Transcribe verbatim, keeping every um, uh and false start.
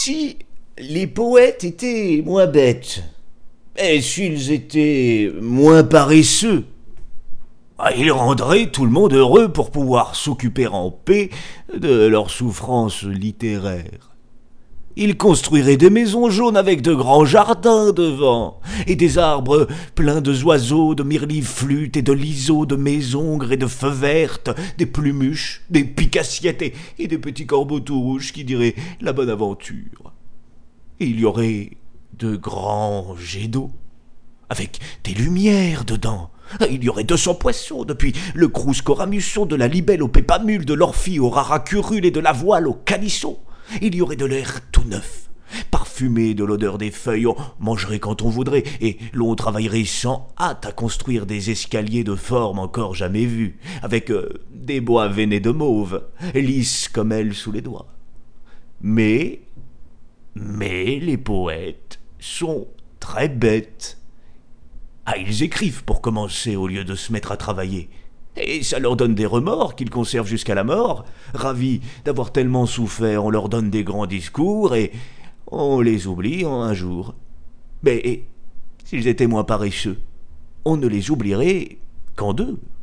Si les poètes étaient moins bêtes, et s'ils étaient moins paresseux, ils rendraient tout le monde heureux pour pouvoir s'occuper en paix de leurs souffrances littéraires. Ils construiraient des maisons jaunes avec de grands jardins devant, et des arbres pleins de oiseaux, de mirliflutes et de liseaux, de mésongres et de feux vertes, des plumuches, des picassiettes et, et des petits corbeaux tout rouges qui diraient la bonne aventure. Et il y aurait de grands jets d'eau, avec des lumières dedans. Il y aurait deux cents poissons, depuis le crous coramusson, de la libelle au pépamule, de l'orphie au raracurule et de la voile au calisson. Il y aurait de l'air tout neuf, parfumé de l'odeur des feuilles. On mangerait quand on voudrait, et l'on travaillerait sans hâte à construire des escaliers de forme encore jamais vue, avec euh, des bois veinés de mauve, lisses comme elles sous les doigts. Mais, mais les poètes sont très bêtes. Ah, ils écrivent pour commencer au lieu de se mettre à travailler. Et ça leur donne des remords qu'ils conservent jusqu'à la mort. Ravis d'avoir tellement souffert, on leur donne des grands discours et on les oublie en un jour. Mais s'ils étaient moins paresseux, on ne les oublierait qu'en deux.